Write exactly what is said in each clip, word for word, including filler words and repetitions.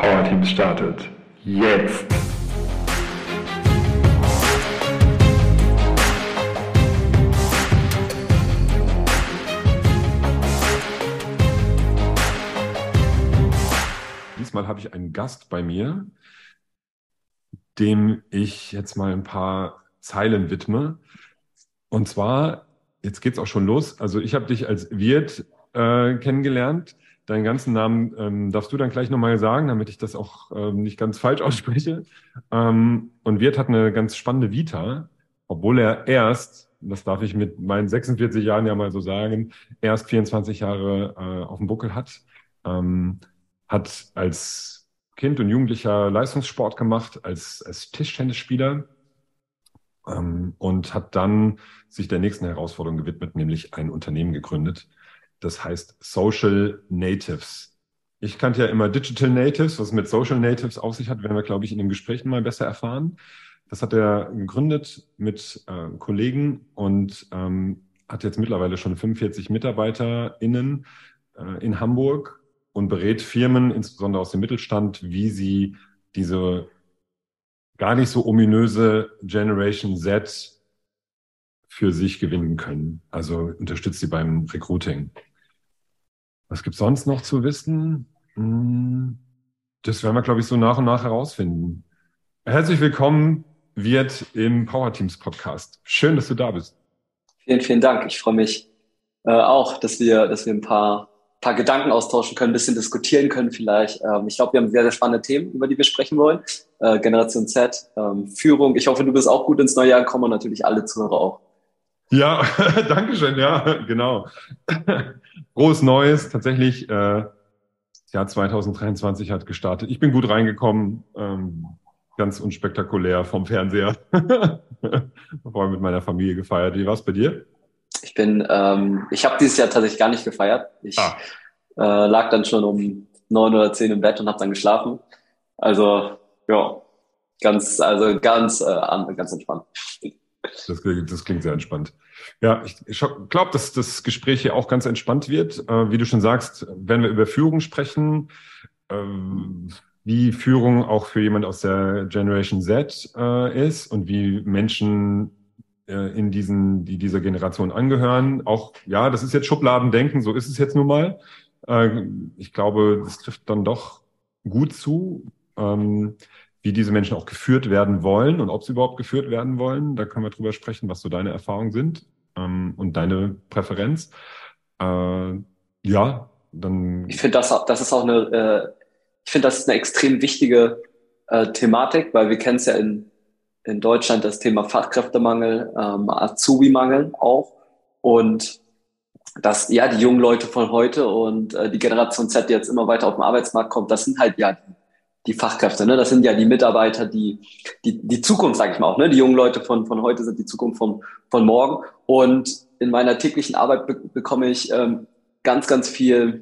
Powerteams startet jetzt. Diesmal habe ich einen Gast bei mir, dem ich jetzt mal ein paar Zeilen widme. Und zwar, jetzt geht's auch schon los. Also ich habe dich als Wirt äh, kennengelernt. Deinen ganzen Namen ähm, darfst du dann gleich nochmal sagen, damit ich das auch ähm, nicht ganz falsch ausspreche. Ähm, und Wirt hat eine ganz spannende Vita, obwohl er erst, das darf ich mit meinen sechsundvierzig Jahren ja mal so sagen, erst vierundzwanzig Jahre äh, auf dem Buckel hat. Ähm, hat als Kind und Jugendlicher Leistungssport gemacht, als, als Tischtennisspieler ähm, und hat dann sich der nächsten Herausforderung gewidmet, nämlich ein Unternehmen gegründet. Das heißt Social Natives. Ich kannte ja immer Digital Natives. Was mit Social Natives auf sich hat, werden wir, glaube ich, in den Gesprächen mal besser erfahren. Das hat er gegründet mit äh, Kollegen und ähm, hat jetzt mittlerweile schon fünfundvierzig MitarbeiterInnen äh, in Hamburg und berät Firmen, insbesondere aus dem Mittelstand, wie sie diese gar nicht so ominöse Generation Z für sich gewinnen können. Also unterstützt sie beim Recruiting. Was gibt's sonst noch zu wissen? Das werden wir, glaube ich, so nach und nach herausfinden. Herzlich willkommen, Wirt, im Powerteams Podcast. Schön, dass du da bist. Vielen, vielen Dank. Ich freue mich äh, auch, dass wir, dass wir ein paar, paar Gedanken austauschen können, ein bisschen diskutieren können vielleicht. Ähm, ich glaube, wir haben sehr, sehr spannende Themen, über die wir sprechen wollen. Äh, Generation Z, ähm, Führung. Ich hoffe, du bist auch gut ins neue Jahr gekommen und natürlich alle Zuhörer auch. Ja, danke schön. Ja, genau. Frohes Neues. Tatsächlich, äh, das Jahr zwanzig dreiundzwanzig hat gestartet. Ich bin gut reingekommen, ähm, ganz unspektakulär vom Fernseher. Vorher mit meiner Familie gefeiert. Wie war's bei dir? Ich bin, ähm, ich habe dieses Jahr tatsächlich gar nicht gefeiert. Ich ah. äh, lag dann schon um neun oder zehn im Bett und habe dann geschlafen. Also ja, ganz, also ganz, äh, ganz entspannt. Das, das klingt sehr entspannt. Ja, ich, ich glaube, dass das Gespräch hier auch ganz entspannt wird. Äh, wie du schon sagst, wenn wir über Führung sprechen, ähm, wie Führung auch für jemand aus der Generation Z äh, ist und wie Menschen äh, in diesen, die dieser Generation angehören. Auch, ja, das ist jetzt Schubladendenken, so ist es jetzt nun mal. Äh, ich glaube, das trifft dann doch gut zu. Ähm, wie diese Menschen auch geführt werden wollen und ob sie überhaupt geführt werden wollen. Da können wir drüber sprechen, was so deine Erfahrungen sind ähm, und deine Präferenz. Äh, ja, dann... Ich finde, das, das ist auch eine, äh, ich finde, das ist eine extrem wichtige äh, Thematik, weil wir kennen es ja in, in Deutschland, das Thema Fachkräftemangel, ähm, Azubi-Mangel auch. Und dass, ja, die jungen Leute von heute und äh, die Generation Z, die jetzt immer weiter auf den Arbeitsmarkt kommt, das sind halt ja die die Fachkräfte, ne? Das sind ja die Mitarbeiter, die die die Zukunft, sage ich mal auch, ne? Die jungen Leute von von heute sind die Zukunft von von morgen. Und in meiner täglichen Arbeit be- bekomme ich ähm, ganz ganz viel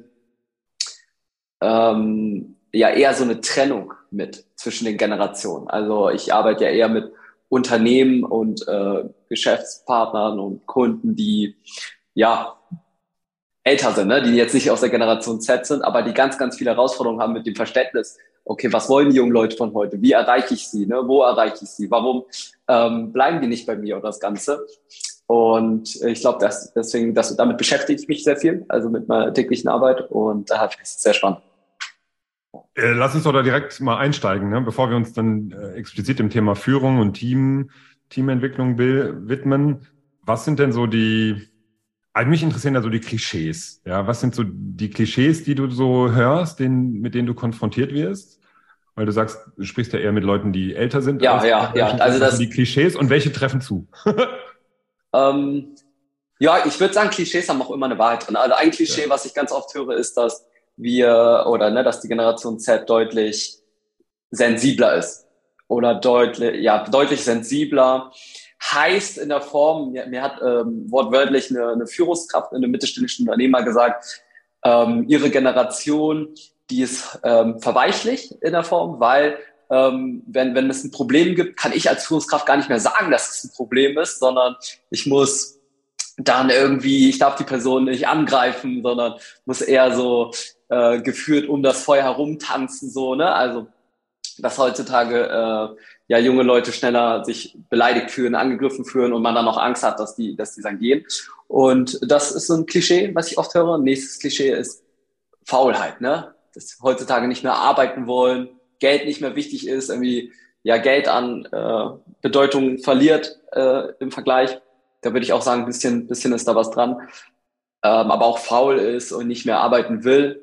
ähm, ja eher so eine Trennung mit zwischen den Generationen. Also ich arbeite ja eher mit Unternehmen und äh, Geschäftspartnern und Kunden, die ja älter sind, ne? Die jetzt nicht aus der Generation Z sind, aber die ganz ganz viele Herausforderungen haben mit dem Verständnis. Okay, was wollen die jungen Leute von heute? Wie erreiche ich sie? Ne? Wo erreiche ich sie? Warum ähm, bleiben die nicht bei mir oder das Ganze? Und ich glaube, dass, deswegen, dass, damit beschäftige ich mich sehr viel, also mit meiner täglichen Arbeit. Und da ist es sehr spannend. Äh, lass uns doch da direkt mal einsteigen, ne? Bevor wir uns dann äh, explizit dem Thema Führung und Team, Teamentwicklung widmen. Was sind denn so die... Also mich interessieren da so die Klischees. Ja, was sind so die Klischees, die du so hörst, den, mit denen du konfrontiert wirst? Weil du sagst, du sprichst ja eher mit Leuten, die älter sind. Ja, ja, ja. Also das die Klischees und welche treffen zu? ähm, ja, ich würde sagen, Klischees haben auch immer eine Wahrheit drin. Also ein Klischee, ja. was ich ganz oft höre, ist, dass wir oder ne, dass die Generation Z deutlich sensibler ist oder deutlich, ja, deutlich sensibler. Heißt in der Form, mir, mir hat ähm, wortwörtlich eine, eine Führungskraft in einem mittelständischen Unternehmen mal gesagt, ähm, ihre Generation, die ist ähm, verweichlich in der Form, weil ähm, wenn, wenn es ein Problem gibt, kann ich als Führungskraft gar nicht mehr sagen, dass es ein Problem ist, sondern ich muss dann irgendwie, ich darf die Person nicht angreifen, sondern muss eher so äh, geführt um das Feuer herumtanzen, so, ne? Also, dass heutzutage äh, ja junge Leute schneller sich beleidigt fühlen, angegriffen fühlen und man dann auch Angst hat, dass die, dass die dann gehen. Und das ist so ein Klischee, was ich oft höre. Nächstes Klischee ist Faulheit, ne? Dass heutzutage nicht mehr arbeiten wollen, Geld nicht mehr wichtig ist, irgendwie ja Geld an äh, Bedeutung verliert äh, im Vergleich. Da würde ich auch sagen, ein bisschen, bisschen ist da was dran. Ähm, aber auch faul ist und nicht mehr arbeiten will.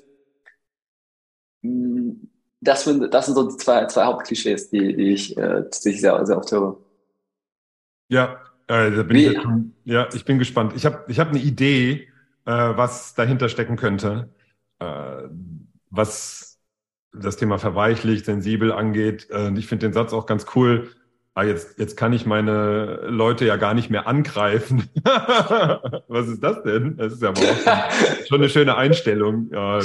Das sind, das sind so die zwei, zwei Hauptklischees, die, die ich äh, tatsächlich sehr, sehr oft höre. Ja, äh, da bin ich Wie, jetzt schon, ja, ich bin gespannt. Ich habe ich hab eine Idee, äh, was dahinter stecken könnte, äh, was das Thema verweichlicht, sensibel angeht. Äh, und ich finde den Satz auch ganz cool. Ah, jetzt, jetzt kann ich meine Leute ja gar nicht mehr angreifen. Was ist das denn? Das ist ja aber auch schon, schon eine schöne Einstellung. Ja,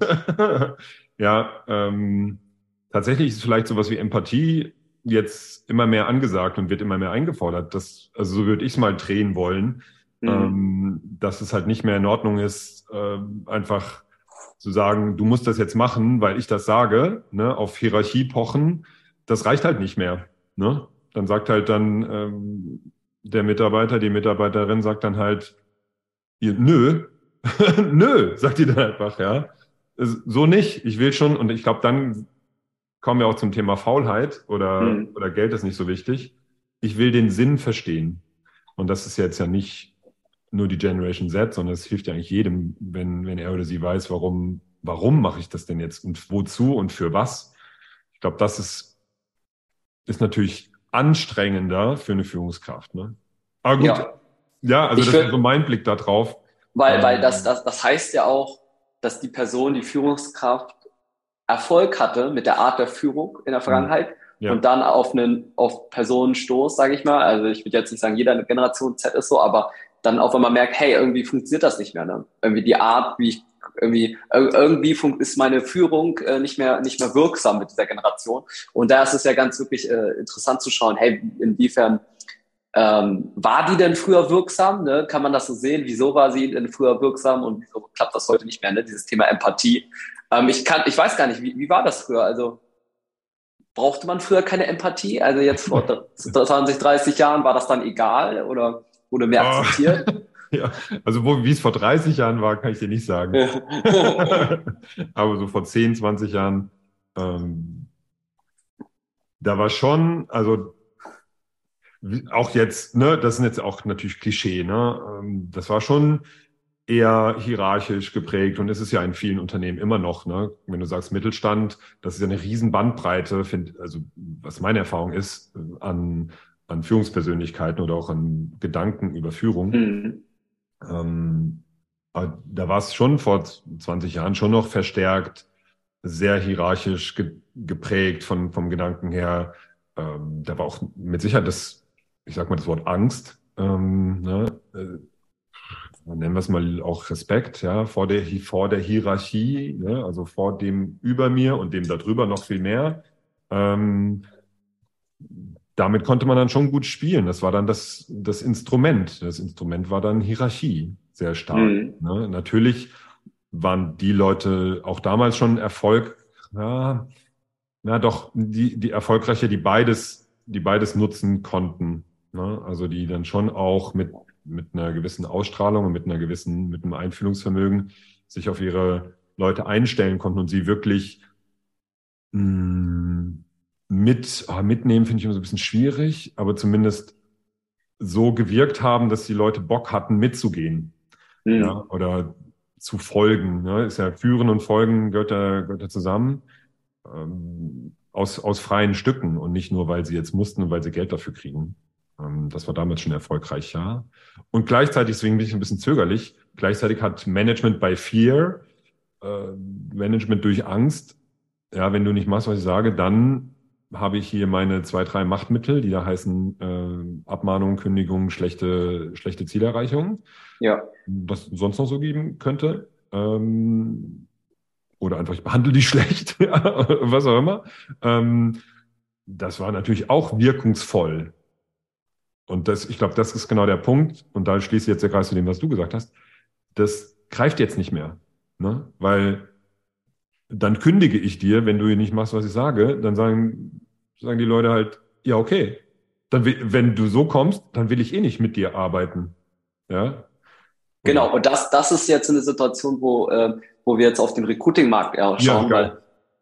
ja ähm, tatsächlich ist vielleicht sowas wie Empathie jetzt immer mehr angesagt und wird immer mehr eingefordert. Das, also so würde ich es mal drehen wollen, mhm. ähm, dass es halt nicht mehr in Ordnung ist, ähm, einfach zu sagen, du musst das jetzt machen, weil ich das sage, ne, auf Hierarchie pochen, das reicht halt nicht mehr. Ne? Dann sagt halt dann ähm, der Mitarbeiter, die Mitarbeiterin sagt dann halt, ihr, nö, nö, sagt die dann einfach, ja. So nicht, ich will schon, und ich glaube, dann kommen wir auch zum Thema Faulheit oder, Mhm. oder Geld ist nicht so wichtig. Ich will den Sinn verstehen. Und das ist jetzt ja nicht nur die Generation Z, sondern es hilft ja eigentlich jedem, wenn, wenn er oder sie weiß, warum, warum mache ich das denn jetzt und wozu und für was. Ich glaube, das ist, ist natürlich anstrengender für eine Führungskraft. Ne? Aber gut, Ja, ja, also ich das ist so würde, mein Blick da drauf. weil, weil das, Ähm, das, das heißt ja auch, dass die Person, die Führungskraft, Erfolg hatte mit der Art der Führung in der hm, Vergangenheit ja. und dann auf einen auf Personen stoßt, sage ich mal. Also ich würde jetzt nicht sagen, jeder Generation Z ist so, aber dann auch wenn man merkt, hey, irgendwie funktioniert das nicht mehr, ne? Irgendwie die Art, wie ich irgendwie irgendwie ist meine Führung äh, nicht mehr nicht mehr wirksam mit dieser Generation. Und da ist es ja ganz wirklich äh, interessant zu schauen, hey, inwiefern ähm, war die denn früher wirksam? Ne? Kann man das so sehen? Wieso war sie denn früher wirksam und wieso klappt das heute nicht mehr? Ne? Dieses Thema Empathie. Ähm, ich kann, ich weiß gar nicht, wie, wie war das früher? Also brauchte man früher keine Empathie? Also jetzt vor zwanzig, dreißig Jahren war das dann egal oder wurde mehr Oh, akzeptiert? ja, also wo, wie es vor dreißig Jahren war, kann ich dir nicht sagen. Aber so vor zehn, zwanzig Jahren, ähm, da war schon, also wie- auch jetzt, ne, das sind jetzt auch natürlich Klischee, ne? Ähm, das war schon eher hierarchisch geprägt und ist es ja in vielen Unternehmen immer noch, ne? Wenn du sagst Mittelstand, das ist ja eine riesen Bandbreite, find, also was meine Erfahrung ist, äh, an, an Führungspersönlichkeiten oder auch an Gedanken über Führung. Hm. Ähm, aber da war es schon vor zwanzig Jahren schon noch verstärkt, sehr hierarchisch ge geprägt von, vom Gedanken her. Ähm, da war auch mit Sicherheit das, ich sag mal das Wort Angst, ähm, ne? Äh, nennen wir es mal auch Respekt, ja, vor der, vor der Hierarchie, ne? Also vor dem über mir und dem darüber noch viel mehr. Ähm, damit konnte man dann schon gut spielen. Das war dann das, das Instrument. Das Instrument war dann Hierarchie sehr stark. Hm. Ne? Natürlich waren die Leute auch damals schon Erfolg, ja, na doch, die, die Erfolgreiche, die beides, die beides nutzen konnten. Ne? Also die dann schon auch mit, mit einer gewissen Ausstrahlung und mit einer gewissen, mit einem Einfühlungsvermögen sich auf ihre Leute einstellen konnten und sie wirklich mh, mit, oh, mitnehmen finde ich immer so ein bisschen schwierig, aber zumindest so gewirkt haben, dass die Leute Bock hatten, mitzugehen, ja, Hm. oder zu folgen. Ne? Ist ja Führen und Folgen gehört da, gehört da zusammen, ähm, aus, aus freien Stücken und nicht nur, weil sie jetzt mussten und weil sie Geld dafür kriegen. Ähm, das war damals schon erfolgreich, ja. Und gleichzeitig, deswegen bin ich ein bisschen zögerlich, gleichzeitig hat Management by Fear, äh, Management durch Angst, ja, wenn du nicht machst, was ich sage, dann habe ich hier meine zwei, drei Machtmittel, die da heißen äh, Abmahnung, Kündigung, schlechte, schlechte Zielerreichung, Ja. was es sonst noch so geben könnte. Ähm, oder einfach, ich behandle die schlecht, ja, was auch immer. Ähm, das war natürlich auch wirkungsvoll. Und das, ich glaube, das ist genau der Punkt. Und da schließe ich jetzt der Kreis zu dem, was du gesagt hast. Das greift jetzt nicht mehr, ne? Weil dann kündige ich dir, wenn du nicht machst, was ich sage, dann sagen, sagen die Leute halt, ja, okay. Dann, wenn du so kommst, dann will ich eh nicht mit dir arbeiten. Ja. Genau, und das, das ist jetzt eine Situation, wo, äh, wo wir jetzt auf den Recruiting-Markt ja, schauen, Ja,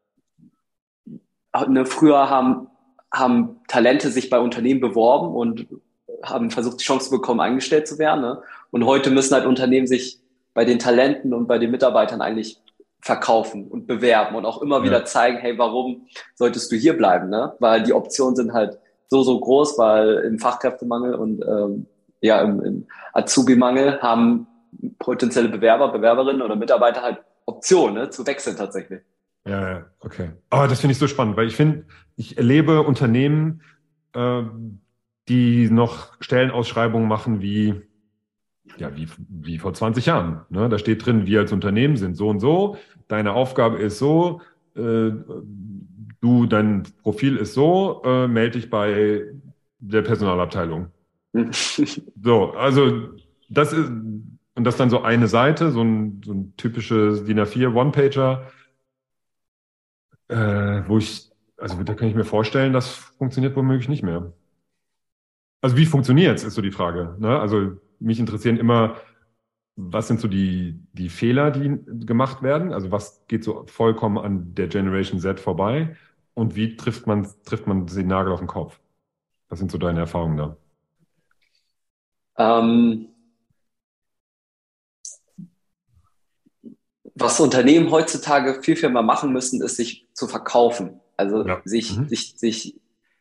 weil ne, früher haben, haben Talente sich bei Unternehmen beworben und haben versucht, die Chance zu bekommen, eingestellt zu werden. Ne? Und heute müssen halt Unternehmen sich bei den Talenten und bei den Mitarbeitern eigentlich verkaufen und bewerben und auch immer ja. wieder zeigen, hey, warum solltest du hier bleiben? Ne? Weil die Optionen sind halt so, so groß, weil im Fachkräftemangel und ähm, ja, im, im Azubi-Mangel haben potenzielle Bewerber, Bewerberinnen oder Mitarbeiter halt Optionen, ne, zu wechseln tatsächlich. Ja, ja, okay. Aber das finde ich so spannend, weil ich finde, ich erlebe Unternehmen, äh, die noch Stellenausschreibungen machen wie, ja, wie, wie vor zwanzig Jahren. Ne? Da steht drin, wir als Unternehmen sind so und so, deine Aufgabe ist so, äh, du, dein Profil ist so, äh, melde dich bei der Personalabteilung. So, also das ist, und das dann so eine Seite, so ein, so ein typisches DIN A vier One-Pager, äh, wo ich, also da kann ich mir vorstellen, das funktioniert womöglich nicht mehr. Also wie funktioniert's, ist so die Frage. Ne? Also mich interessieren immer, was sind so die, die Fehler, die gemacht werden? Also was geht so vollkommen an der Generation Z vorbei? Und wie trifft man, trifft man den Nagel auf den Kopf? Was sind so deine Erfahrungen da? Ähm, was Unternehmen heutzutage viel, viel mehr machen müssen, ist sich zu verkaufen. Also Ja. sich, Mhm. sich, sich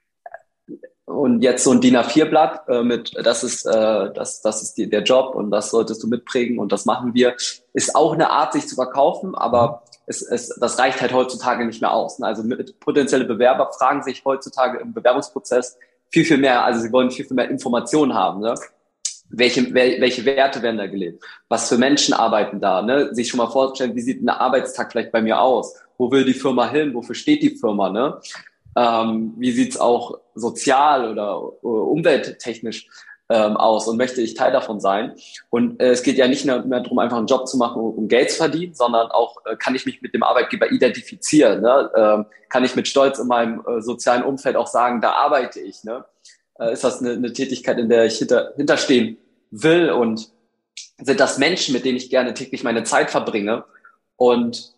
und jetzt so ein DIN A vier Blatt äh, mit, das ist, äh, das, das ist die, der Job und das solltest du mitprägen und das machen wir, ist auch eine Art, sich zu verkaufen, aber es, es, das reicht halt heutzutage nicht mehr aus. Ne? Also mit, potenzielle Bewerber fragen sich heutzutage im Bewerbungsprozess viel, viel mehr, also sie wollen viel, viel mehr Informationen haben. Ne? Welche, welche Werte werden da gelebt? Was für Menschen arbeiten da? Ne? Sich schon mal vorstellen, wie sieht ein Arbeitstag vielleicht bei mir aus? Wo will die Firma hin? Wofür steht die Firma? Ne? Ähm, wie sieht's auch sozial oder uh, umwelttechnisch ähm, aus und möchte ich Teil davon sein? Und äh, es geht ja nicht mehr, mehr darum, einfach einen Job zu machen, um, um Geld zu verdienen, sondern auch, äh, kann ich mich mit dem Arbeitgeber identifizieren? Ne? Ähm, kann ich mit Stolz in meinem äh, sozialen Umfeld auch sagen, da arbeite ich? Ne? Äh, ist das eine, eine Tätigkeit, in der ich hinter, hinterstehen will? Und sind das Menschen, mit denen ich gerne täglich meine Zeit verbringe? Und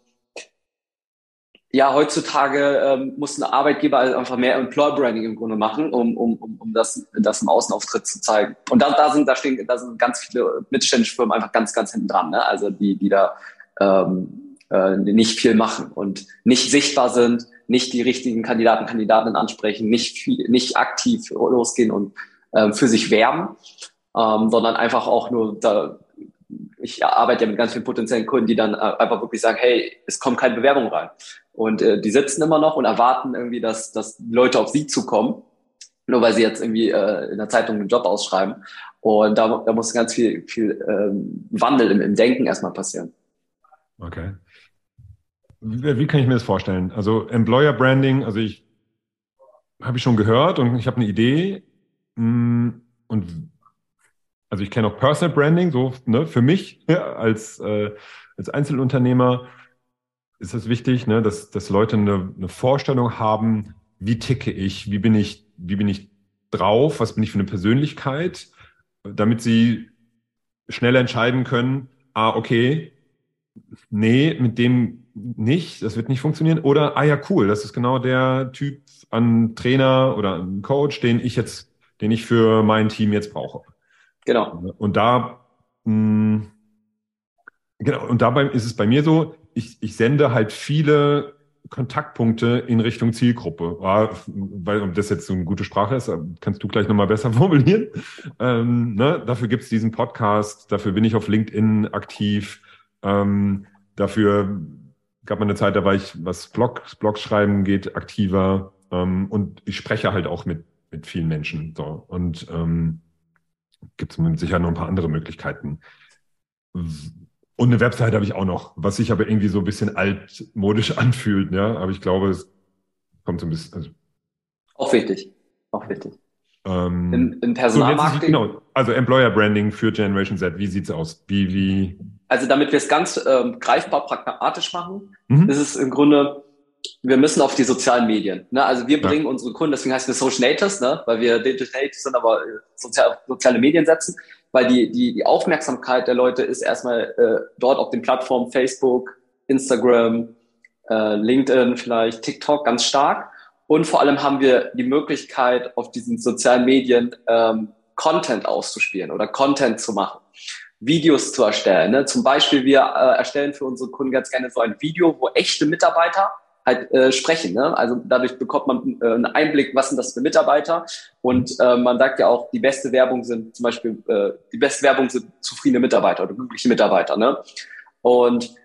ja, heutzutage ähm, muss ein Arbeitgeber also einfach mehr Employer Branding im Grunde machen, um, um, um, um das, das im Außenauftritt zu zeigen. Und da, da sind, da stehen, da sind ganz viele mittelständische Firmen einfach ganz, ganz hinten dran, ne? Also die, die da ähm, äh, nicht viel machen und nicht sichtbar sind, nicht die richtigen Kandidaten, Kandidatinnen ansprechen, nicht viel, nicht aktiv losgehen und ähm, für sich werben, ähm, sondern einfach auch nur da. Ich arbeite ja mit ganz vielen potenziellen Kunden, die dann einfach wirklich sagen, hey, es kommt keine Bewerbung rein. Und äh, die sitzen immer noch und erwarten irgendwie, dass, dass Leute auf sie zukommen, nur weil sie jetzt irgendwie äh, in der Zeitung einen Job ausschreiben. Und da, da muss ganz viel, viel ähm, Wandel im, im Denken erstmal passieren. Okay. Wie, wie kann ich mir das vorstellen? Also Employer Branding, also ich habe ich schon gehört und ich habe eine Idee. Und also ich kenne auch Personal Branding, so ne, für mich ja, als, äh, als Einzelunternehmer ist es wichtig, ne, dass, dass Leute eine, eine Vorstellung haben, wie ticke ich, wie bin ich, wie bin ich drauf, was bin ich für eine Persönlichkeit, damit sie schnell entscheiden können, ah, okay, nee, mit dem nicht, das wird nicht funktionieren. Oder, ah ja, cool, das ist genau der Typ an Trainer oder an Coach, den ich jetzt, den ich für mein Team jetzt brauche. Genau. Und da, mh, genau, und dabei ist es bei mir so, ich, ich sende halt viele Kontaktpunkte in Richtung Zielgruppe. Ja, weil, ob das jetzt so eine gute Sprache ist, kannst du gleich nochmal besser formulieren. Ähm, ne? Dafür gibt es diesen Podcast, dafür bin ich auf LinkedIn aktiv. Ähm, dafür gab man eine Zeit, da war ich, was Blogs, Blogs schreiben geht, aktiver. Ähm, und ich spreche halt auch mit, mit vielen Menschen. So. Und ähm, gibt es mit Sicherheit noch ein paar andere Möglichkeiten. Und eine Website habe ich auch noch, was sich aber irgendwie so ein bisschen altmodisch anfühlt. Ja? Aber ich glaube, es kommt so ein bisschen. Also Auch wichtig. Auch wichtig. Ähm, Im, im so, Personalmarketing. jetzt, genau, also Employer Branding für Generation Z, wie sieht's aus? Wie, wie? Also damit wir es ganz ähm, greifbar pragmatisch machen, Mhm. ist es im Grunde, wir müssen auf die sozialen Medien. Ne? Also wir Ja. bringen unsere Kunden, deswegen heißen wir Social Natives, ne? Weil wir Digital Natives sind, aber äh, sozial, soziale Medien setzen, weil die, die, die Aufmerksamkeit der Leute ist erstmal äh, dort auf den Plattformen Facebook, Instagram, äh, LinkedIn vielleicht, TikTok ganz stark. Und vor allem haben wir die Möglichkeit, auf diesen sozialen Medien ähm, Content auszuspielen oder Content zu machen, Videos zu erstellen. Ne? Zum Beispiel, wir äh, erstellen für unsere Kunden ganz gerne so ein Video, wo echte Mitarbeiter halt äh, sprechen. Ne? Also dadurch bekommt man äh, einen Einblick, was sind das für Mitarbeiter. Und äh, man sagt ja auch, die beste Werbung sind zum Beispiel, äh, die beste Werbung sind zufriedene Mitarbeiter oder glückliche Mitarbeiter. Ne? Und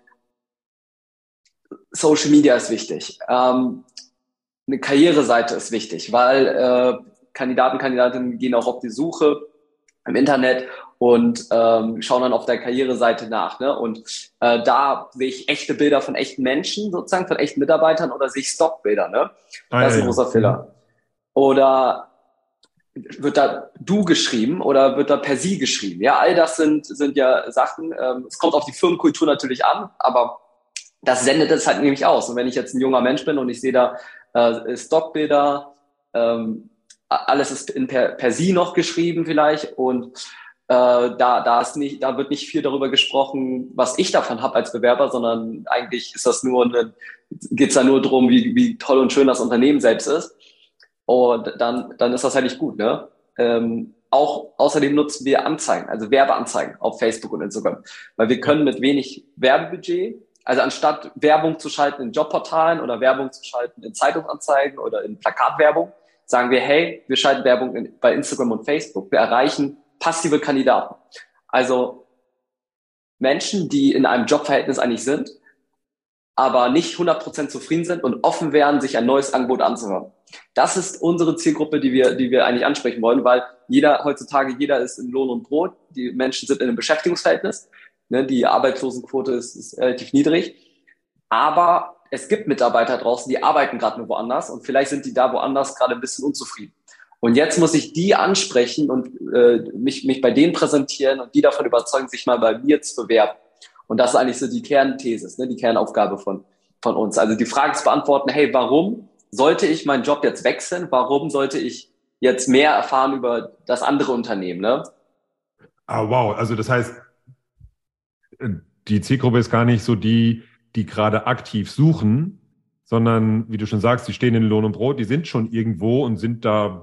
Social Media ist wichtig. Ähm, eine Karriereseite ist wichtig, weil äh, Kandidaten, Kandidatinnen gehen auch auf die Suche im Internet und ähm, schauen dann auf der Karriereseite nach. Ne? Und äh, da sehe ich echte Bilder von echten Menschen, sozusagen von echten Mitarbeitern, oder sehe ich Stockbilder. Ne? Ah, Das ist ja, ein ja. großer Fehler. Oder wird da du geschrieben oder wird da per sie geschrieben? Ja, all das sind, sind ja Sachen. Ähm, es kommt auf die Firmenkultur natürlich an, aber das sendet es halt nämlich aus. Und wenn ich jetzt ein junger Mensch bin und ich sehe da äh, Stockbilder, ähm, alles ist in per, per sie noch geschrieben vielleicht, und äh, da, da, ist nicht, da wird nicht viel darüber gesprochen, was ich davon habe als Bewerber, sondern eigentlich ist das nur eine, geht's da nur drum, wie, wie toll und schön das Unternehmen selbst ist. Und dann, dann ist das halt nicht gut, ne? Ähm, auch außerdem nutzen wir Anzeigen, also Werbeanzeigen auf Facebook und Instagram, weil wir können mit wenig Werbebudget, also anstatt Werbung zu schalten in Jobportalen oder Werbung zu schalten in Zeitungsanzeigen oder in Plakatwerbung, sagen wir, hey, wir schalten Werbung in, bei Instagram und Facebook. Wir erreichen passive Kandidaten. Also Menschen, die in einem Jobverhältnis eigentlich sind, aber nicht hundert Prozent zufrieden sind und offen wären, sich ein neues Angebot anzuhören. Das ist unsere Zielgruppe, die wir, die wir eigentlich ansprechen wollen, weil jeder, heutzutage, jeder ist in Lohn und Brot. Die Menschen sind in einem Beschäftigungsverhältnis. Ne, die Arbeitslosenquote ist, ist relativ niedrig. Aber es gibt Mitarbeiter draußen, die arbeiten gerade nur woanders und vielleicht sind die da woanders gerade ein bisschen unzufrieden. Und jetzt muss ich die ansprechen und äh, mich, mich bei denen präsentieren und die davon überzeugen, sich mal bei mir zu bewerben. Und das ist eigentlich so die Kernthesis, ne, die Kernaufgabe von, von uns. Also die Frage zu beantworten, hey, warum sollte ich meinen Job jetzt wechseln? Warum sollte ich jetzt mehr erfahren über das andere Unternehmen? Ne? Ah, wow. Also das heißt, die Zielgruppe ist gar nicht so die, die gerade aktiv suchen, sondern, wie du schon sagst, die stehen in Lohn und Brot, die sind schon irgendwo und sind da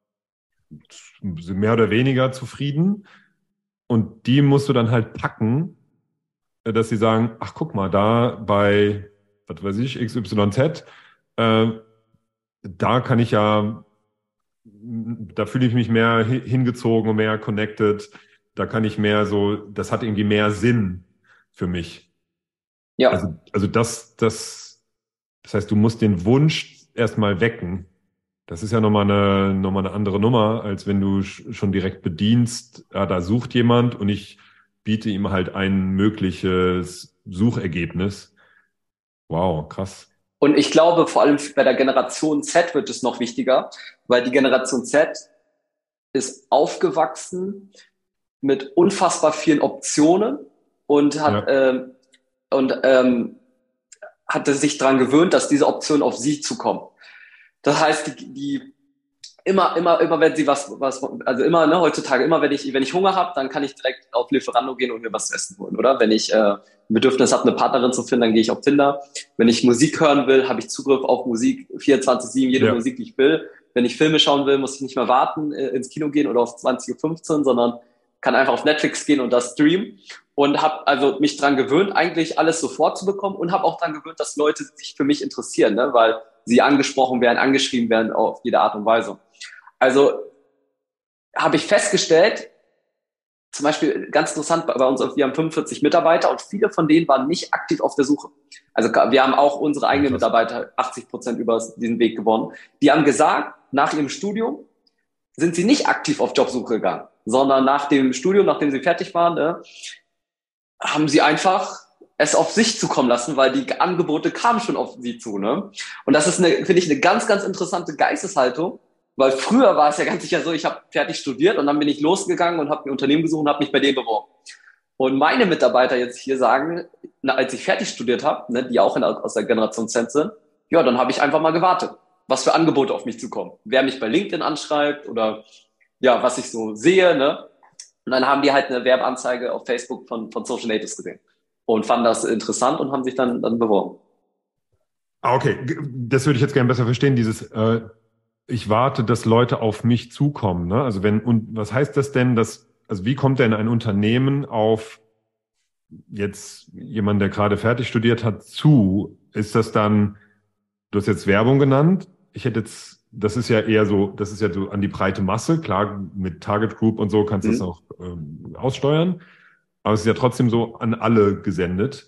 mehr oder weniger zufrieden. Und die musst du dann halt packen, dass sie sagen, ach, guck mal, da bei, was weiß ich, X Y Z, äh, da kann ich ja, da fühle ich mich mehr hingezogen und mehr connected, da kann ich mehr so, das hat irgendwie mehr Sinn für mich. Ja. Also, also das, das, das heißt, du musst den Wunsch erstmal wecken. Das ist ja nochmal eine, nochmal eine andere Nummer, als wenn du schon direkt bedienst, ja, da sucht jemand und ich biete ihm halt ein mögliches Suchergebnis. Wow, krass. Und ich glaube, vor allem bei der Generation Z wird es noch wichtiger, weil die Generation Z ist aufgewachsen mit unfassbar vielen Optionen und hat, Ja. ähm, und, ähm, hatte sich daran gewöhnt, dass diese Optionen auf sie zukommen. Das heißt, die, die immer, immer, immer, wenn sie was, was, also immer, ne, heutzutage, immer, wenn ich, wenn ich Hunger habe, dann kann ich direkt auf Lieferando gehen und mir was zu essen holen, oder? Wenn ich äh, ein Bedürfnis habe, eine Partnerin zu finden, dann gehe ich auf Tinder. Wenn ich Musik hören will, habe ich Zugriff auf Musik vierundzwanzig sieben, jede Ja. Musik, die ich will. Wenn ich Filme schauen will, muss ich nicht mehr warten, äh, ins Kino gehen oder auf zwanzig Uhr fünfzehn, sondern kann einfach auf Netflix gehen und das streamen. Und habe also mich dran gewöhnt, eigentlich alles sofort zu bekommen, und habe auch dran gewöhnt, dass Leute sich für mich interessieren, ne? Weil sie angesprochen werden, angeschrieben werden auf jede Art und Weise. Also habe ich festgestellt, zum Beispiel ganz interessant bei uns, wir haben fünfundvierzig Mitarbeiter und viele von denen waren nicht aktiv auf der Suche. Also wir haben auch unsere eigenen Mitarbeiter achtzig Prozent über diesen Weg gewonnen. Die haben gesagt, nach ihrem Studium sind sie nicht aktiv auf Jobsuche gegangen, sondern nach dem Studium, nachdem sie fertig waren, ne, haben sie einfach es auf sich zukommen lassen, weil die Angebote kamen schon auf sie zu. Ne? Und das ist, eine, finde ich, eine ganz, ganz interessante Geisteshaltung, Weil früher war es ja ganz sicher so, ich habe fertig studiert und dann bin ich losgegangen und habe ein Unternehmen gesucht und habe mich bei denen beworben. Und meine Mitarbeiter jetzt hier sagen, na, als ich fertig studiert habe, ne, die auch in, aus der Generation Z sind, ja, dann habe ich einfach mal gewartet, was für Angebote auf mich zukommen. Wer mich bei LinkedIn anschreibt oder ja, was ich so sehe, ne? Und dann haben die halt eine Werbeanzeige auf Facebook von, von Social Natives gesehen und fanden das interessant und haben sich dann, dann beworben. Ah, okay. Das würde ich jetzt gerne besser verstehen, dieses äh, ich warte, dass Leute auf mich zukommen, ne? Also wenn, und was heißt das denn, dass, also wie kommt denn ein Unternehmen auf jetzt jemand, der gerade fertig studiert hat, zu? Ist das dann, du hast jetzt Werbung genannt, ich hätte jetzt, das ist ja eher so, das ist ja so an die breite Masse, klar, mit Target Group und so kannst du Mhm. das auch ähm, aussteuern, aber es ist ja trotzdem so an alle gesendet.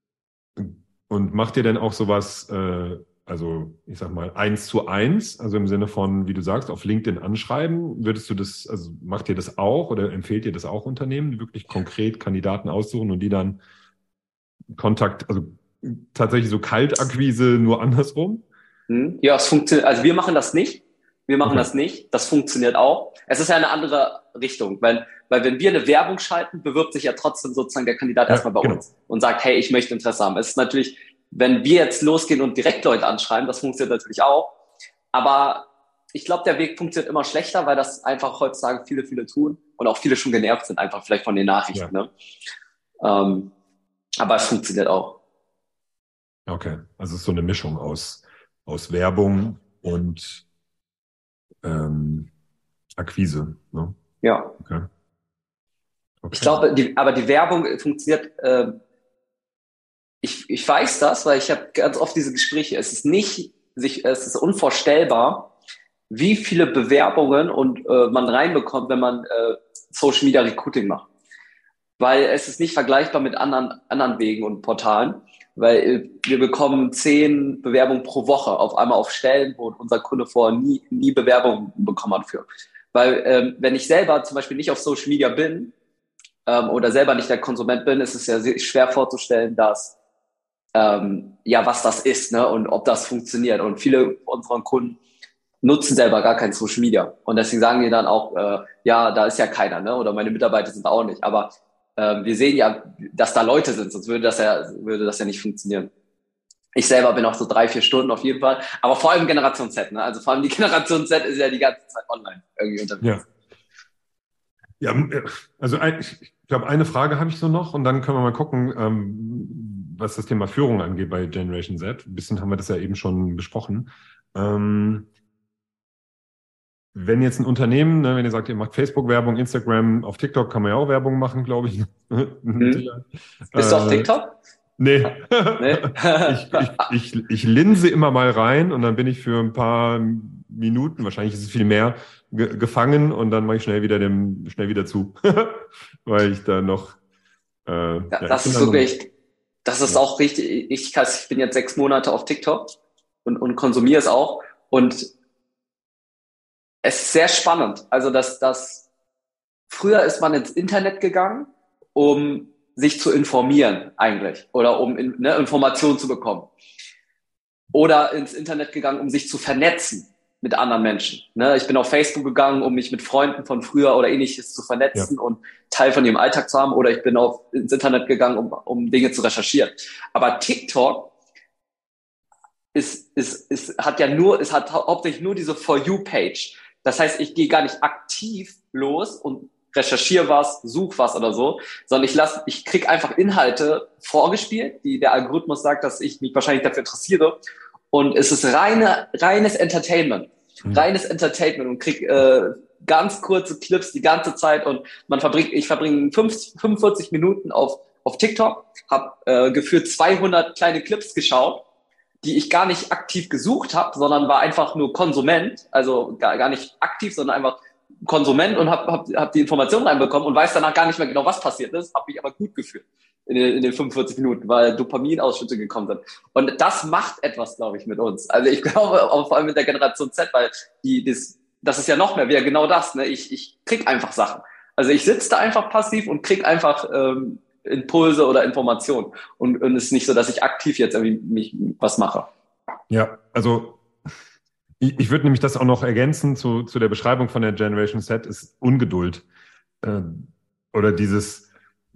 Und macht ihr denn auch sowas, äh, also ich sag mal, eins zu eins, also im Sinne von, wie du sagst, auf LinkedIn anschreiben? Würdest du das, also macht ihr das auch oder empfehlt ihr das auch Unternehmen, die wirklich konkret Kandidaten aussuchen und die dann Kontakt, also tatsächlich so Kaltakquise nur andersrum? Mhm. Ja, es funktioniert. Also wir machen das nicht. Wir machen Okay. das nicht. Das funktioniert auch. Es ist ja eine andere Richtung, weil, weil wenn wir eine Werbung schalten, bewirbt sich ja trotzdem sozusagen der Kandidat Ja, erstmal bei genau. uns und sagt, hey, ich möchte Interesse haben. Es ist natürlich, wenn wir jetzt losgehen und direkt Leute anschreiben, das funktioniert natürlich auch. Aber ich glaube, der Weg funktioniert immer schlechter, weil das einfach heutzutage viele, viele tun und auch viele schon genervt sind, einfach vielleicht von den Nachrichten. Ja. Ne? Ähm, aber es funktioniert auch. Okay, also es ist so eine Mischung aus, aus Werbung und ähm, Akquise, ne? Ja. Okay. Okay. Ich glaube, die, aber die Werbung funktioniert, äh, ich, ich weiß das, weil ich habe ganz oft diese Gespräche. Es ist nicht, sich, es ist unvorstellbar, wie viele Bewerbungen und äh, man reinbekommt, wenn man äh, Social Media Recruiting macht. Weil es ist nicht vergleichbar mit anderen, anderen Wegen und Portalen, weil äh, wir bekommen zehn Bewerbungen pro Woche auf einmal auf Stellen, wo unser Kunde vorher nie, nie Bewerbungen bekommen hat für. Weil ähm, wenn ich selber zum Beispiel nicht auf Social Media bin ähm, oder selber nicht der Konsument bin, ist es ja sehr schwer vorzustellen, dass ähm, ja, was das ist, ne, und ob das funktioniert. Und viele unserer Kunden nutzen selber gar kein Social Media. Und deswegen sagen die dann auch, äh, ja, da ist ja keiner, ne, oder meine Mitarbeiter sind auch nicht. Aber ähm, wir sehen ja, dass da Leute sind, sonst würde das ja, würde das ja nicht funktionieren. Ich selber bin auch so drei, vier Stunden auf jeden Fall. Aber vor allem Generation Z, ne, also vor allem die Generation Z ist ja die ganze Zeit online irgendwie unterwegs. Ja. Ja, also ein, ich glaube, eine Frage habe ich so noch und dann können wir mal gucken, ähm, was das Thema Führung angeht bei Generation Z. Ein bisschen haben wir das ja eben schon besprochen. Ähm, wenn jetzt ein Unternehmen, ne, wenn ihr sagt, ihr macht Facebook-Werbung, Instagram, auf TikTok kann man ja auch Werbung machen, glaube ich. Hm. Bist du auf TikTok? Nee. Nee? ich, ich, ich, ich linse immer mal rein und dann bin ich für ein paar Minuten, wahrscheinlich ist es viel mehr, ge gefangen und dann mache ich schnell wieder dem, schnell wieder zu. Weil ich da noch äh, ja, ja, das ist wirklich, das ist ja auch richtig. Ich, ich bin jetzt sechs Monate auf TikTok und, und konsumiere es auch. Und es ist sehr spannend. Also, dass das früher ist man ins Internet gegangen, um sich zu informieren eigentlich oder um in, ne, Informationen zu bekommen. Oder ins Internet gegangen, um sich zu vernetzen mit anderen Menschen. Ne? Ich bin auf Facebook gegangen, um mich mit Freunden von früher oder ähnliches zu vernetzen ja. und Teil von ihrem Alltag zu haben. Oder ich bin auf, ins Internet gegangen, um, um Dinge zu recherchieren. Aber TikTok ist, ist, ist, hat ja nur, es hat hauptsächlich nur diese For You-Page. Das heißt, ich gehe gar nicht aktiv los und recherchiere was, suche was oder so, sondern ich lasse, ich krieg einfach Inhalte vorgespielt, die der Algorithmus sagt, dass ich mich wahrscheinlich dafür interessiere. Und es ist reine, reines Entertainment, mhm. reines Entertainment und krieg äh, ganz kurze Clips die ganze Zeit und man verbringt, ich verbringe fünfundvierzig Minuten auf auf TikTok, habe äh, gefühlt zweihundert kleine Clips geschaut, die ich gar nicht aktiv gesucht habe, sondern war einfach nur Konsument, also gar, gar nicht aktiv, sondern einfach Konsument und habe hab, hab die Informationen reinbekommen und weiß danach gar nicht mehr genau, was passiert ist, habe mich aber gut gefühlt in den, in den fünfundvierzig Minuten, weil Dopaminausschüsse gekommen sind. Und das macht etwas, glaube ich, mit uns. Also ich glaube, auch vor allem mit der Generation Z, weil die das, das ist ja noch mehr wieder genau das. Ne? Ich, ich krieg einfach Sachen. Also ich sitze da einfach passiv und krieg einfach ähm, Impulse oder Informationen. Und, und es ist nicht so, dass ich aktiv jetzt irgendwie mich was mache. Ja, also Ich, ich würde nämlich das auch noch ergänzen zu, zu der Beschreibung von der Generation Z, ist Ungeduld. Äh, oder dieses,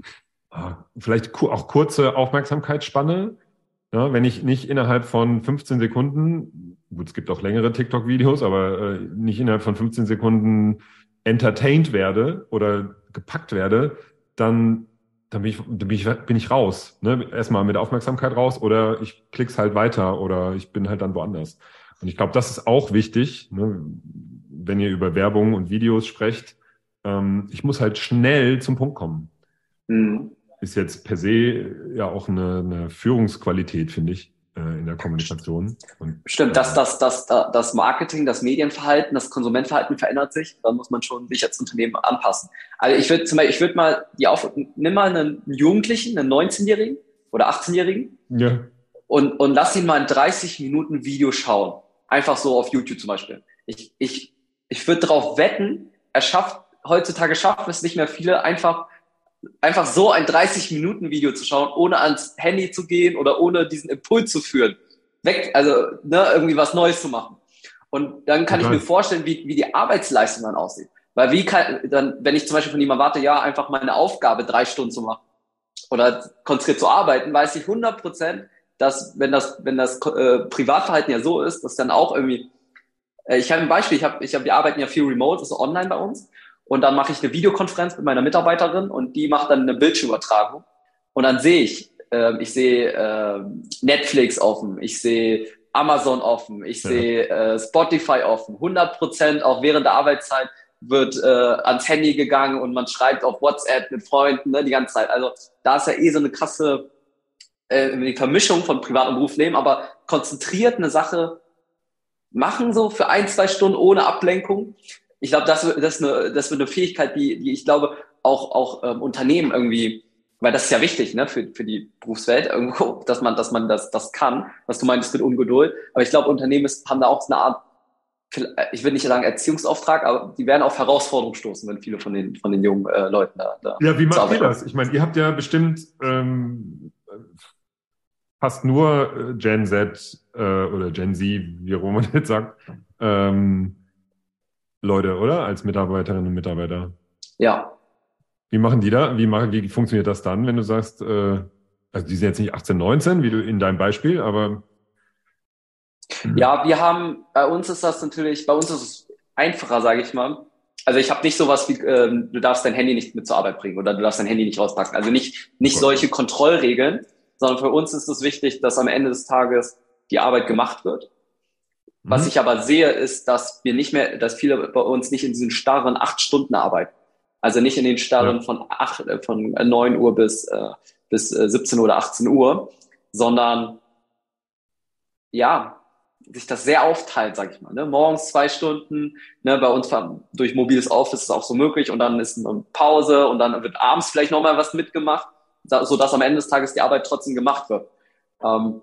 ah, vielleicht ku- auch kurze Aufmerksamkeitsspanne. Ja, wenn ich nicht innerhalb von fünfzehn Sekunden, gut, es gibt auch längere TikTok-Videos, aber äh, nicht innerhalb von fünfzehn Sekunden entertained werde oder gepackt werde, dann, dann, bin, ich, dann bin, ich, bin ich raus. Ne? Erstmal mit Aufmerksamkeit raus oder ich klick's halt weiter oder ich bin halt dann woanders. Und ich glaube, das ist auch wichtig, ne? Wenn ihr über Werbung und Videos sprecht. Ähm, ich muss halt schnell zum Punkt kommen. Mhm. Ist jetzt per se ja auch eine, eine Führungsqualität, finde ich, äh, in der Kommunikation. Und, Stimmt, äh, dass das, das, das Marketing, das Medienverhalten, das Konsumentverhalten verändert sich. Dann muss man schon sich als Unternehmen anpassen. Also ich würde zum Beispiel, ich würde mal die auf, nimm mal einen Jugendlichen, einen neunzehnjährigen oder achtzehnjährigen ja. und, und lass ihn mal ein dreißig Minuten Video schauen. Einfach so auf YouTube zum Beispiel. Ich, ich, ich würde darauf wetten, er schafft, heutzutage schaffen es nicht mehr viele, einfach einfach so ein dreißig Minuten Video zu schauen, ohne ans Handy zu gehen oder ohne diesen Impuls zu führen. Weg, also ne, irgendwie was Neues zu machen. Und dann kann Total. ich mir vorstellen, wie, wie die Arbeitsleistung dann aussieht. Weil wie kann dann, wenn ich zum Beispiel von jemandem warte, ja, einfach meine Aufgabe drei Stunden zu machen oder konzentriert zu arbeiten, weiß ich hundert Prozent, dass wenn das, wenn das äh, Privatverhalten ja so ist, dass dann auch irgendwie, äh, ich habe ein Beispiel, ich habe, ich habe, wir arbeiten ja viel remote, also online bei uns. Und dann mache ich eine Videokonferenz mit meiner Mitarbeiterin und die macht dann eine Bildschirmübertragung. Und dann sehe ich, äh, ich sehe äh, Netflix offen, ich sehe Amazon offen, ich Ja. sehe äh, Spotify offen. hundert Prozent auch während der Arbeitszeit wird äh, ans Handy gegangen und man schreibt auf WhatsApp mit Freunden, ne, die ganze Zeit. Also da ist ja eh so eine krasse äh, die Vermischung von Privat- und Berufsleben, aber konzentriert eine Sache machen so für ein, zwei Stunden ohne Ablenkung. Ich glaube, das, das, ist eine, das wird eine Fähigkeit, die, die ich glaube, auch, auch ähm, Unternehmen irgendwie, weil das ist ja wichtig, ne, für, für die Berufswelt irgendwo, dass man, dass man das, das kann, was du meintest mit Ungeduld. Aber ich glaube, Unternehmen ist, haben da auch so eine Art, ich will nicht sagen Erziehungsauftrag, aber die werden auf Herausforderungen stoßen, wenn viele von den, von den jungen äh, Leuten da, da Ja, wie macht ihr kommen. das? Ich meine, ihr habt ja bestimmt ähm, fast nur äh, Gen Z äh, oder Gen Z, wie Roman jetzt sagt, ähm, Leute, oder? Als Mitarbeiterinnen und Mitarbeiter. Ja. Wie machen die da? Wie, machen, wie funktioniert das dann, wenn du sagst, äh, also die sind jetzt nicht achtzehn, neunzehn, wie du in deinem Beispiel, aber... Ja, wir haben, bei uns ist das natürlich, bei uns ist es einfacher, sage ich mal. Also ich habe nicht sowas wie, ähm, du darfst dein Handy nicht mit zur Arbeit bringen oder du darfst dein Handy nicht rauspacken. Also nicht, nicht Oh Gott. solche Kontrollregeln, sondern für uns ist es wichtig, dass am Ende des Tages die Arbeit gemacht wird. Was Mhm. ich aber sehe, ist, dass wir nicht mehr, dass viele bei uns nicht in diesen starren acht Stunden arbeiten. Also nicht in den starren Ja. von acht, äh, von neun Uhr bis, äh, bis äh, siebzehn oder achtzehn Uhr, sondern ja, sich das sehr aufteilt, sag ich mal. Ne? Morgens zwei Stunden, ne, bei uns durch mobiles Office ist es auch so möglich und dann ist eine Pause und dann wird abends vielleicht nochmal was mitgemacht, sodass am Ende des Tages die Arbeit trotzdem gemacht wird. Ähm,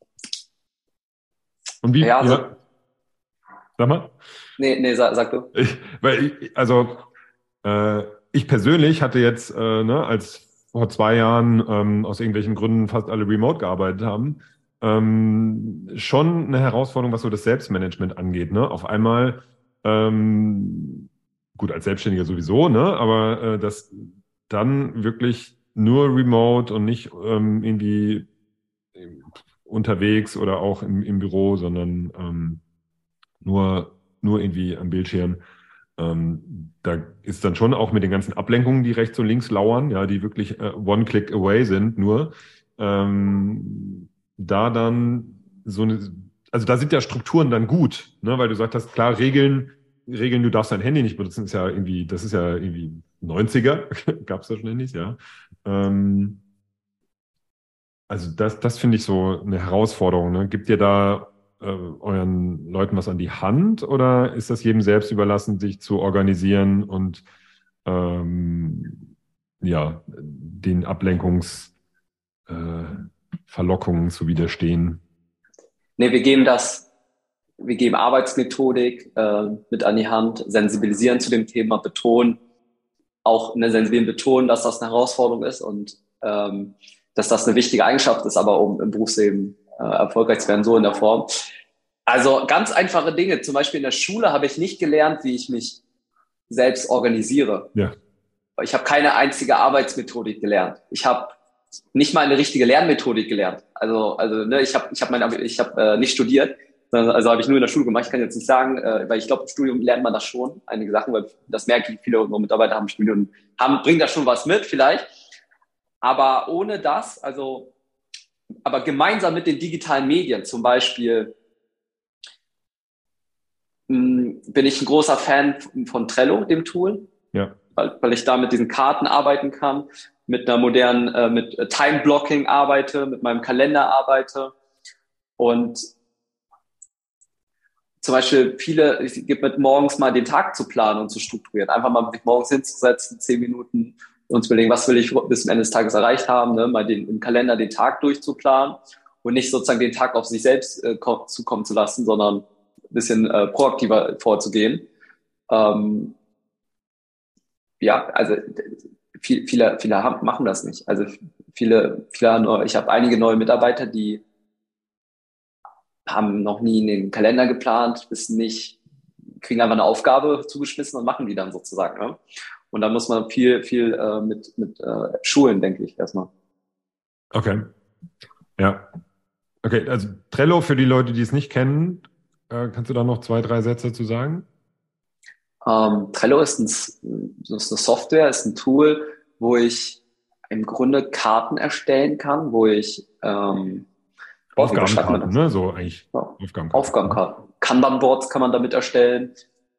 Und wie? ja, Ja. so, Sag mal. nee, nee, sag, sag du. Ich, weil ich, also äh, ich persönlich hatte jetzt, äh, ne, als vor zwei Jahren ähm, aus irgendwelchen Gründen fast alle remote gearbeitet haben, ähm, schon eine Herausforderung, was so das Selbstmanagement angeht. Ne? Auf einmal, ähm, gut, als Selbstständiger sowieso, ne? aber äh, das dann wirklich nur remote und nicht ähm, irgendwie unterwegs oder auch im, im Büro, sondern ähm, nur, nur irgendwie am Bildschirm. Ähm, da ist dann schon auch mit den ganzen Ablenkungen, die rechts und links lauern, ja, die wirklich äh, one click away sind, nur ähm, da dann so eine, also da sind ja Strukturen dann gut, ne, weil du gesagt hast, klar, Regeln, Regeln, du darfst dein Handy nicht benutzen, ist ja irgendwie, das ist ja irgendwie neunziger, gab es da schon Handys, ja. Ähm, also das, das finde ich so eine Herausforderung, ne? Gibt ihr da äh, euren Leuten was an die Hand oder ist das jedem selbst überlassen, sich zu organisieren und ähm, ja, den Ablenkungsverlockungen äh, Verlockungen zu widerstehen? Nee, wir geben das, wir geben Arbeitsmethodik äh, mit an die Hand, sensibilisieren zu dem Thema, betonen, auch eine sensibilen betonen, dass das eine Herausforderung ist und ähm, dass das eine wichtige Eigenschaft ist, aber um im Berufsleben äh, erfolgreich zu werden, so in der Form. Also ganz einfache Dinge. Zum Beispiel in der Schule habe ich nicht gelernt, wie ich mich selbst organisiere. Ja. Ich habe keine einzige Arbeitsmethodik gelernt. Ich habe nicht mal eine richtige Lernmethodik gelernt. Also, also ne, ich habe ich hab mein, ich hab, äh, nicht studiert, also habe ich nur in der Schule gemacht. Ich kann jetzt nicht sagen, äh, weil ich glaube, im Studium lernt man das schon, einige Sachen, weil das merke ich, viele unserer Mitarbeiter haben Studium, haben, bringen da schon was mit vielleicht. Aber ohne das, also, aber gemeinsam mit den digitalen Medien, zum Beispiel, mh, bin ich ein großer Fan von Trello, dem Tool. Ja. Weil, weil ich da mit diesen Karten arbeiten kann, mit einer modernen, äh, mit Time-Blocking arbeite, mit meinem Kalender arbeite. Und zum Beispiel viele, es gibt mit morgens mal den Tag zu planen und zu strukturieren. Einfach mal sich morgens hinzusetzen, zehn Minuten und zu überlegen, was will ich bis zum Ende des Tages erreicht haben, ne? Mal den, im Kalender den Tag durchzuplanen und nicht sozusagen den Tag auf sich selbst äh, zukommen zu lassen, sondern ein bisschen äh, proaktiver vorzugehen. Ähm, ja, also viel, viele, viele haben, machen das nicht. Also viele, viele, ich habe einige neue Mitarbeiter, die haben noch nie einen Kalender geplant, wissen nicht, kriegen einfach eine Aufgabe zugeschmissen und machen die dann sozusagen. Ne? Und da muss man viel, viel äh, mit, mit äh, schulen, denke ich, erstmal. Okay. Ja. Okay, also Trello, für die Leute, die es nicht kennen, äh, kannst du da noch zwei, drei Sätze zu sagen? Ähm, Trello ist, ein, ist eine Software, ist ein Tool, wo ich im Grunde Karten erstellen kann, wo ich ähm, Aufgabenkarten, ne? So eigentlich. Ja. Aufgabenkarten. Aufgabenkarten. Kanban-Boards kann man damit erstellen.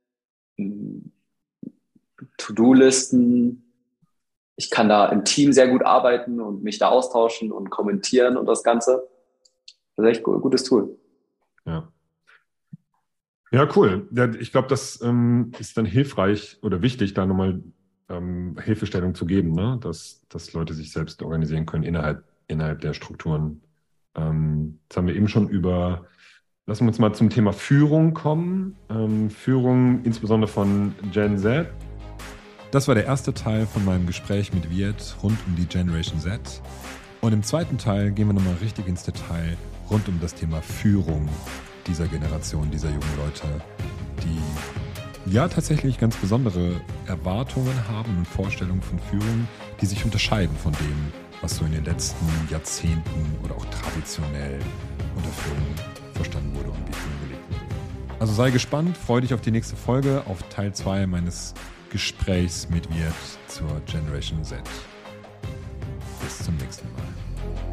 To-Do-Listen. Ich kann da im Team sehr gut arbeiten und mich da austauschen und kommentieren und das Ganze. Das ist echt ein gutes Tool. Ja. Ja, cool. Ja, ich glaube, das ähm, ist dann hilfreich oder wichtig, da nochmal ähm, Hilfestellung zu geben, ne? dass, dass Leute sich selbst organisieren können innerhalb, innerhalb der Strukturen. Ähm, jetzt haben wir eben schon über, lassen wir uns mal zum Thema Führung kommen. Ähm, Führung insbesondere von Gen Z. Das war der erste Teil von meinem Gespräch mit Wirt rund um die Generation Z. Und im zweiten Teil gehen wir nochmal richtig ins Detail rund um das Thema Führung dieser Generation, dieser jungen Leute, die ja tatsächlich ganz besondere Erwartungen haben und Vorstellungen von Führung, die sich unterscheiden von dem, was so in den letzten Jahrzehnten oder auch traditionell unter Führung verstanden wurde und wie Führung gelebt wurde. Also sei gespannt, freu dich auf die nächste Folge, auf Teil zwei meines Gesprächs mit Wirt zur Generation Z. Bis zum nächsten Mal.